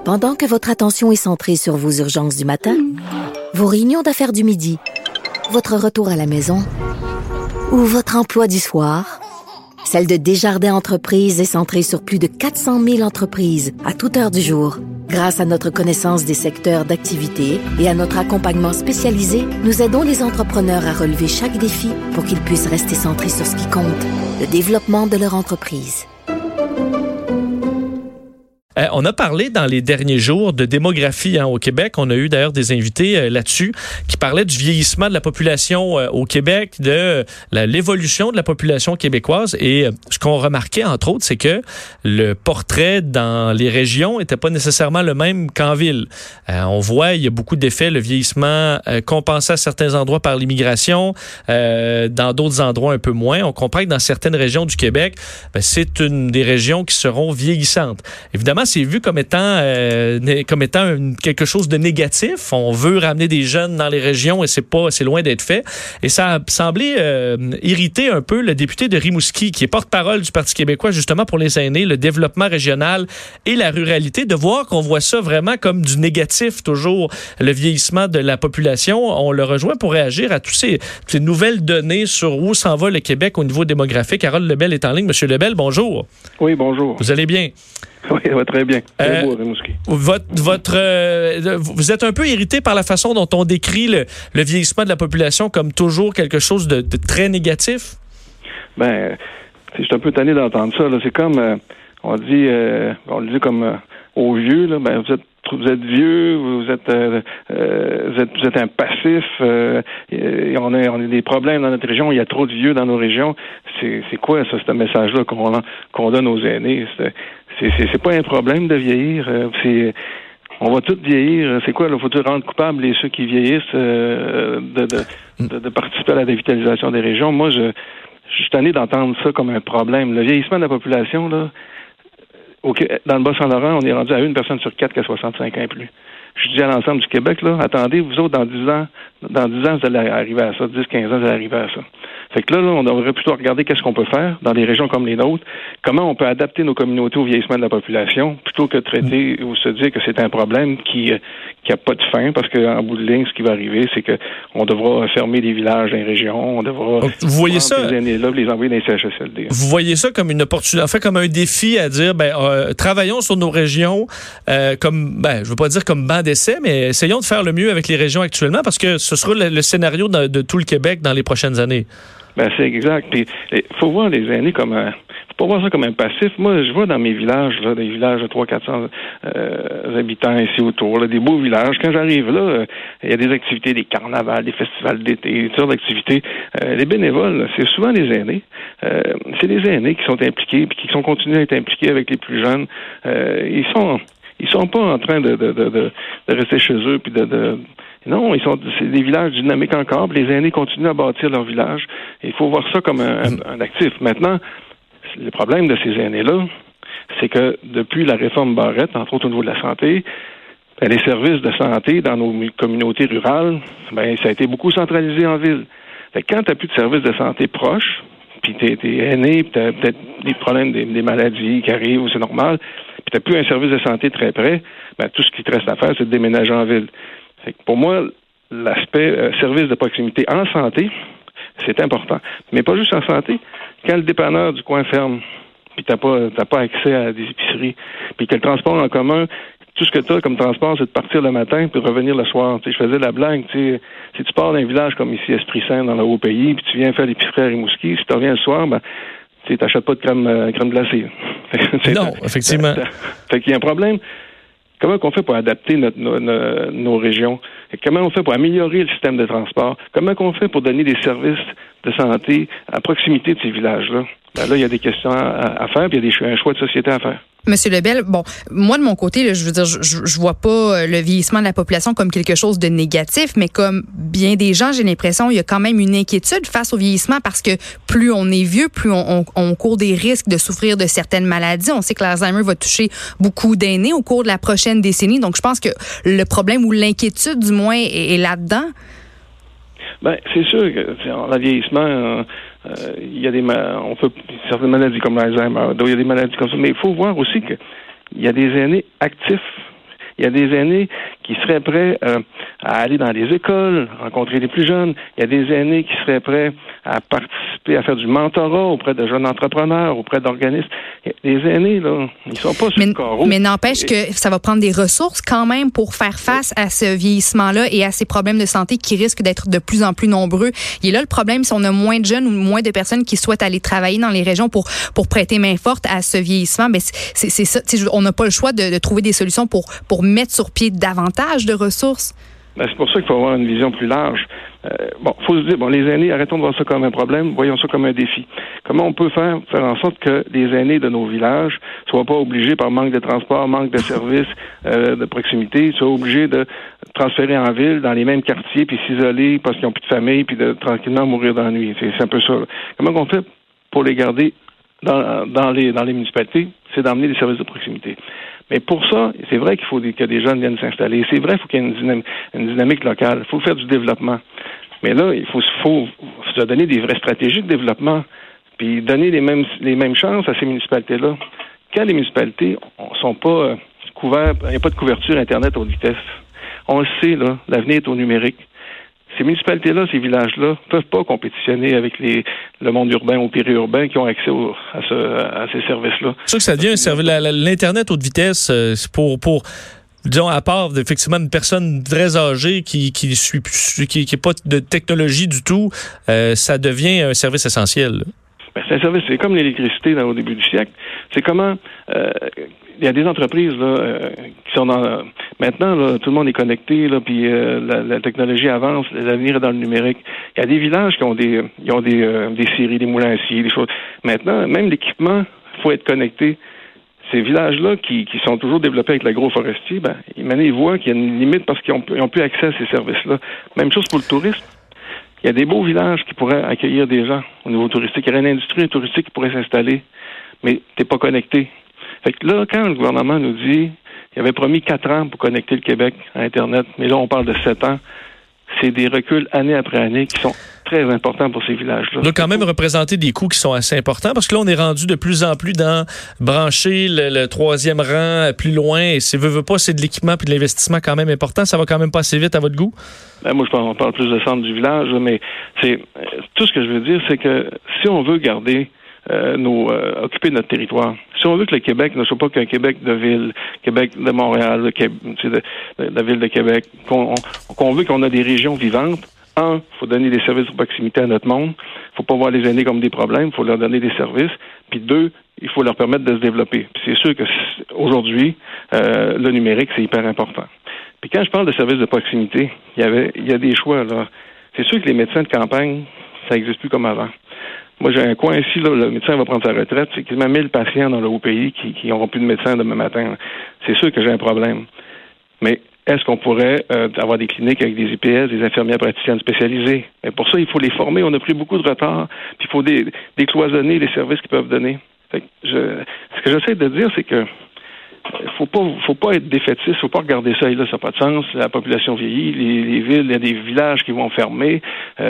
Pendant que votre attention est centrée sur vos urgences du matin, vos réunions d'affaires du midi, votre retour à la maison ou votre emploi du soir, celle de Desjardins Entreprises est centrée sur plus de 400 000 entreprises à toute heure du jour. Grâce à notre connaissance des secteurs d'activité et à notre accompagnement spécialisé, nous aidons les entrepreneurs à relever chaque défi pour qu'ils puissent rester centrés sur ce qui compte, le développement de leur entreprise. On a parlé dans les derniers jours de démographie au Québec. On a eu d'ailleurs des invités là-dessus qui parlaient du vieillissement de la population au Québec, de l'évolution de la population québécoise. Et ce qu'on remarquait, entre autres, c'est que le portrait dans les régions était pas nécessairement le même qu'en ville. On voit, il y a beaucoup d'effets, le vieillissement compensé à certains endroits par l'immigration, dans d'autres endroits un peu moins. On comprend que dans certaines régions du Québec, c'est une des régions qui seront vieillissantes. Évidemment, c'est vu comme étant quelque chose de négatif. On veut ramener des jeunes dans les régions et c'est loin d'être fait. Et ça a semblé irriter un peu le député de Rimouski, qui est porte-parole du Parti québécois justement pour les aînés, le développement régional et la ruralité, de voir qu'on voit ça vraiment comme du négatif toujours, le vieillissement de la population. On le rejoint pour réagir à toutes ces nouvelles données sur où s'en va le Québec au niveau démographique. Harold Lebel est en ligne. Monsieur Lebel, bonjour. Oui, bonjour. Vous allez bien? Oui, ça va très bien. Très beau, Rimouski. Vous êtes un peu irrité par la façon dont on décrit le vieillissement de la population comme toujours quelque chose de très négatif? Je suis un peu tanné d'entendre ça. Là. C'est comme, on le dit comme aux vieux, là, vous êtes vieux, vous êtes un passif, on a des problèmes dans notre région, il y a trop de vieux dans nos régions. C'est quoi ça, ce message-là qu'on donne aux aînés? C'est pas un problème de vieillir, on va tous vieillir. C'est quoi, là? Faut-il rendre coupables ceux qui vieillissent de participer à la dévitalisation des régions? Moi, je suis tanné d'entendre ça comme un problème. Le vieillissement de la population, là, dans le Bas-Saint-Laurent, on est rendu à 1 personne sur 4 qui a 65 ans et plus. Je dis à l'ensemble du Québec, là, attendez, vous autres, dans 10 ans, vous allez arriver à ça. 10, 15 ans, vous allez arriver à ça. Fait que là, on devrait plutôt regarder qu'est-ce qu'on peut faire dans des régions comme les nôtres, comment on peut adapter nos communautés au vieillissement de la population, plutôt que de traiter ou se dire que c'est un problème qui a pas de fin, parce qu'en bout de ligne, ce qui va arriver, c'est que on devra fermer des villages dans les régions, on devra vous voyez ça, les aînés-là, les envoyer dans les CHSLD. Vous voyez ça comme une opportunité, en fait, comme un défi à dire, travaillons sur nos régions, je veux pas dire comme banc d'essai, mais essayons de faire le mieux avec les régions actuellement, parce que ce sera le scénario de tout le Québec dans les prochaines années. C'est exact. Puis, faut voir les aînés comme faut pas voir ça comme un passif. Moi, je vois dans mes villages, là, des villages de 300-400 habitants ici autour, là, des beaux villages. Quand j'arrive là, il y a des activités, des carnavals, des festivals d'été, toutes sortes d'activités. Les bénévoles, c'est souvent les aînés. C'est les aînés qui sont impliqués puis qui sont continués à être impliqués avec les plus jeunes. Ils sont pas en train de rester chez eux puis non, c'est des villages dynamiques encore. Les aînés continuent à bâtir leur village. Il faut voir ça comme un actif. Maintenant, le problème de ces aînés-là, c'est que depuis la réforme Barrette, entre autres au niveau de la santé, les services de santé dans nos communautés rurales, ça a été beaucoup centralisé en ville. Fait que quand tu n'as plus de services de santé proches, puis t'es aîné, puis t'as peut-être des problèmes, des maladies qui arrivent, c'est normal, puis t'as plus un service de santé très près, tout ce qui te reste à faire, c'est de déménager en ville. Fait que pour moi, l'aspect service de proximité en santé, c'est important. Mais pas juste en santé. Quand le dépanneur du coin ferme, puis t'as pas accès à des épiceries, puis que le transport en commun, tout ce que tu as comme transport, c'est de partir le matin puis de revenir le soir. Je faisais la blague, si tu pars d'un village comme ici, Esprit-Saint, dans le Haut-Pays, puis tu viens faire l'épicerie à Rimouski, si tu reviens le soir, tu n'achètes pas de crème glacée. Non, effectivement. Fait qu'il y a un problème. Comment on fait pour adapter nos régions? Et comment on fait pour améliorer le système de transport? Comment on fait pour donner des services de santé à proximité de ces villages-là? Là, il y a des questions à faire, puis il y a un choix de société à faire. Monsieur Lebel, moi de mon côté, là, je veux dire, je vois pas le vieillissement de la population comme quelque chose de négatif, mais comme bien des gens, j'ai l'impression il y a quand même une inquiétude face au vieillissement parce que plus on est vieux, plus on court des risques de souffrir de certaines maladies. On sait que l'Alzheimer va toucher beaucoup d'aînés au cours de la prochaine décennie, donc je pense que le problème ou l'inquiétude du moins est là-dedans. C'est sûr que en vieillissement, il y a certaines maladies comme l'Alzheimer, il y a des maladies comme ça, mais il faut voir aussi qu'il y a des aînés actifs Il y a des aînés qui seraient prêts à aller dans les écoles, rencontrer les plus jeunes. Il y a des aînés qui seraient prêts à participer, à faire du mentorat auprès de jeunes entrepreneurs, auprès d'organismes. Les aînés, là, ils sont pas sur le carreau. Mais n'empêche que ça va prendre des ressources quand même pour faire face à ce vieillissement-là et à ces problèmes de santé qui risquent d'être de plus en plus nombreux. Il est là le problème, si on a moins de jeunes ou moins de personnes qui souhaitent aller travailler dans les régions pour prêter main forte à ce vieillissement, ben c'est ça. On n'a pas le choix de trouver des solutions pour mettre sur pied davantage de ressources. Ben, c'est pour ça qu'il faut avoir une vision plus large. Faut se dire, les aînés, arrêtons de voir ça comme un problème, voyons ça comme un défi. Comment on peut faire en sorte que les aînés de nos villages soient pas obligés par manque de transport, manque de services de proximité, soient obligés de transférer en ville, dans les mêmes quartiers, puis s'isoler parce qu'ils n'ont plus de famille, puis de tranquillement mourir d'ennui. C'est un peu ça. Là. Comment on fait pour les garder dans les municipalités? C'est d'emmener des services de proximité. Mais pour ça, c'est vrai qu'il faut que des jeunes viennent s'installer. C'est vrai qu'il faut qu'il y ait une dynamique locale. Il faut faire du développement. Mais là, il faut se donner des vraies stratégies de développement, puis donner les mêmes chances à ces municipalités-là. Quand les municipalités sont pas couvertes, il n'y a pas de couverture Internet haute vitesse. On le sait, là, l'avenir est au numérique. Ces municipalités-là, ces villages-là, ne peuvent pas compétitionner avec le monde urbain ou périurbain qui ont accès à ces services-là. C'est sûr que ça devient un service. L'Internet haute vitesse, c'est pour disons, à part effectivement une personne très âgée qui n'a pas de technologie du tout, ça devient un service essentiel. C'est un service, c'est comme l'électricité au début du siècle. C'est comment il y a des entreprises là qui sont dans maintenant là, tout le monde est connecté là, puis la technologie avance, l'avenir est dans le numérique. Il y a des villages qui ont des scieries, des moulins à scie, des choses. Maintenant, même l'équipement, faut être connecté. Ces villages-là qui sont toujours développés avec l'agroforestier, ils voient qu'il y a une limite parce qu'ils ont plus accès à ces services-là. Même chose pour le tourisme. Il y a des beaux villages qui pourraient accueillir des gens au niveau touristique. Il y aurait une industrie touristique qui pourrait s'installer, mais t'es pas connecté. Fait que là, quand le gouvernement nous dit qu'il avait promis 4 ans pour connecter le Québec à Internet, mais là, on parle de 7 ans, c'est des reculs année après année qui sont très importants pour ces villages-là. Il doit quand même représenter des coûts qui sont assez importants parce que là, on est rendu de plus en plus dans brancher le troisième rang plus loin et si veut pas, c'est de l'équipement puis de l'investissement quand même important. Ça va quand même pas assez vite à votre goût? Moi, on parle plus de centre du village, mais c'est tout ce que je veux dire, c'est que si on veut garder occuper notre territoire. Si on veut que le Québec ne soit pas qu'un Québec de ville, Québec de Montréal, de la ville de Québec, qu'on veut qu'on a des régions vivantes, il faut donner des services de proximité à notre monde. Il faut pas voir les aînés comme des problèmes, il faut leur donner des services. Puis 2, il faut leur permettre de se développer. Puis c'est sûr que aujourd'hui, le numérique, c'est hyper important. Puis quand je parle de services de proximité, il y a des choix, là. C'est sûr que les médecins de campagne, ça n'existe plus comme avant. Moi, j'ai un coin ici, là, le médecin va prendre sa retraite. C'est quasiment 1000 patients dans le haut-pays qui n'auront plus de médecin demain matin. C'est sûr que j'ai un problème. Mais est-ce qu'on pourrait avoir des cliniques avec des IPS, des infirmières praticiennes spécialisées? Mais pour ça, il faut les former. On a pris beaucoup de retard. Puis il faut décloisonner les services qu'ils peuvent donner. Fait que ce que j'essaie de dire, c'est que faut pas être défaitiste, faut pas regarder ça et là, ça n'a pas de sens. La population vieillit, les villes, il y a des villages qui vont fermer.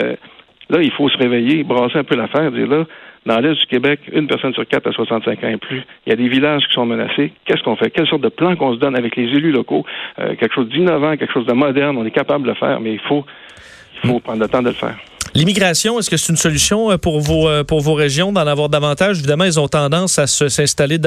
Là, il faut se réveiller, brasser un peu l'affaire, dire là, dans l'Est du Québec, 1 personne sur 4 à 65 ans et plus, il y a des villages qui sont menacés. Qu'est-ce qu'on fait? Quelle sorte de plan qu'on se donne avec les élus locaux? Quelque chose d'innovant, quelque chose de moderne, on est capable de le faire, mais il faut prendre le temps de le faire. L'immigration, est-ce que c'est une solution pour vos régions d'en avoir davantage? Évidemment, ils ont tendance à s'installer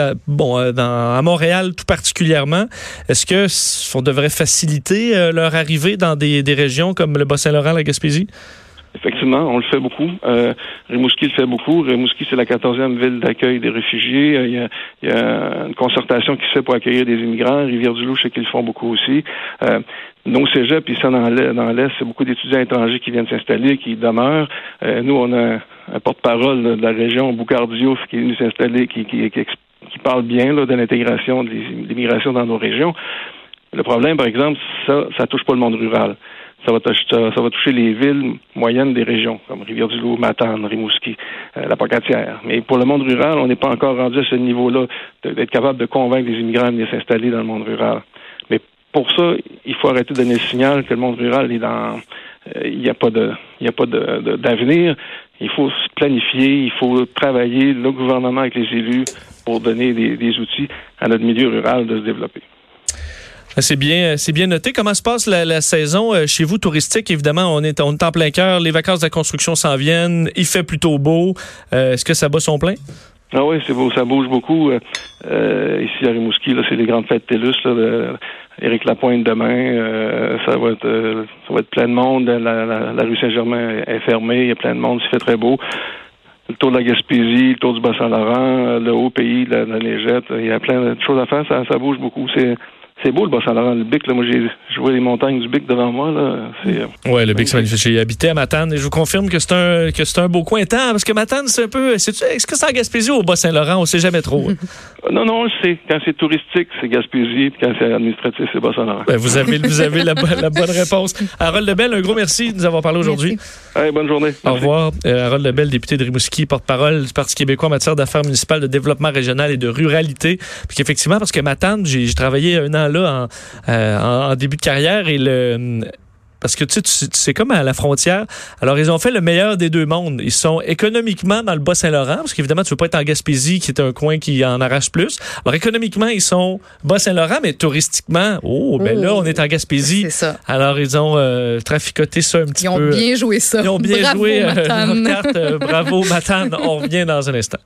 à Montréal tout particulièrement. Est-ce qu'on devrait faciliter leur arrivée dans des régions comme le Bas-Saint-Laurent, la Gaspésie? Effectivement, on le fait beaucoup. Rimouski le fait beaucoup. Rimouski, c'est la 14e ville d'accueil des réfugiés. Il y a une concertation qui se fait pour accueillir des immigrants. Rivière-du-Loup, je sais qu'ils le font beaucoup aussi. Nos cégeps, puis ça dans l'Est, c'est beaucoup d'étudiants étrangers qui viennent s'installer, qui demeurent. Nous, on a un porte-parole de la région, Boucard-Diouf, qui est venu s'installer, qui parle bien là, de l'intégration de l'immigration dans nos régions. Le problème, par exemple, ça touche pas le monde rural. Ça va toucher les villes moyennes des régions, comme Rivière-du-Loup, Matane, Rimouski, la Pocatière. Mais pour le monde rural, on n'est pas encore rendu à ce niveau-là d'être capable de convaincre les immigrants de venir s'installer dans le monde rural. Mais pour ça, il faut arrêter de donner le signal que le monde rural est il n'y a pas d'avenir. Il faut se planifier, il faut travailler, le gouvernement avec les élus, pour donner des outils à notre milieu rural de se développer. C'est bien noté. Comment se passe la saison chez vous touristique? Évidemment, on est en plein cœur. Les vacances de la construction s'en viennent. Il fait plutôt beau. Est-ce que ça bat son plein? Ah oui, c'est beau. Ça bouge beaucoup. Ici à Rimouski, là, c'est les grandes fêtes TELUS. Éric Lapointe demain. Ça va être plein de monde. La rue Saint-Germain est fermée. Il y a plein de monde. Il fait très beau. Le tour de la Gaspésie, le tour du Bas-Saint-Laurent, le Haut-Pays, la Neigette. Il y a plein de choses à faire. Ça bouge beaucoup. C'est beau le Bas-Saint-Laurent, le Bic. Là, moi, je vois les montagnes du Bic devant moi. Là. Ouais, le Bic, c'est magnifique. J'ai habité à Matane et je vous confirme que c'est un beau coin. Parce que Matane, c'est un peu. Est-ce que c'est en Gaspésie ou au Bas-Saint-Laurent? On sait jamais trop. Non, quand c'est touristique, c'est Gaspésie, puis quand c'est administratif, c'est Bas-Saint-Laurent. Vous avez la bonne réponse. Harold Lebel, un gros merci de nous avoir parlé aujourd'hui. Hey, bonne journée. Au revoir. Harold Lebel, député de Rimouski, porte-parole du Parti québécois en matière d'affaires municipales, de développement régional et de ruralité. Puis qu'effectivement, parce que Matane, j'ai travaillé un an là en début de carrière et parce que tu sais, c'est comme à la frontière. Alors, ils ont fait le meilleur des deux mondes. Ils sont économiquement dans le Bas-Saint-Laurent, parce qu'évidemment, tu veux pas être en Gaspésie, qui est un coin qui en arrache plus. Alors, économiquement, ils sont Bas-Saint-Laurent, mais touristiquement, là, on est en Gaspésie. C'est ça. Alors, ils ont traficoté ça un petit peu. Ils ont bien joué ça. Ils ont bien Bravo, joué Matane. leur carte. Bravo, Matane. On revient dans un instant.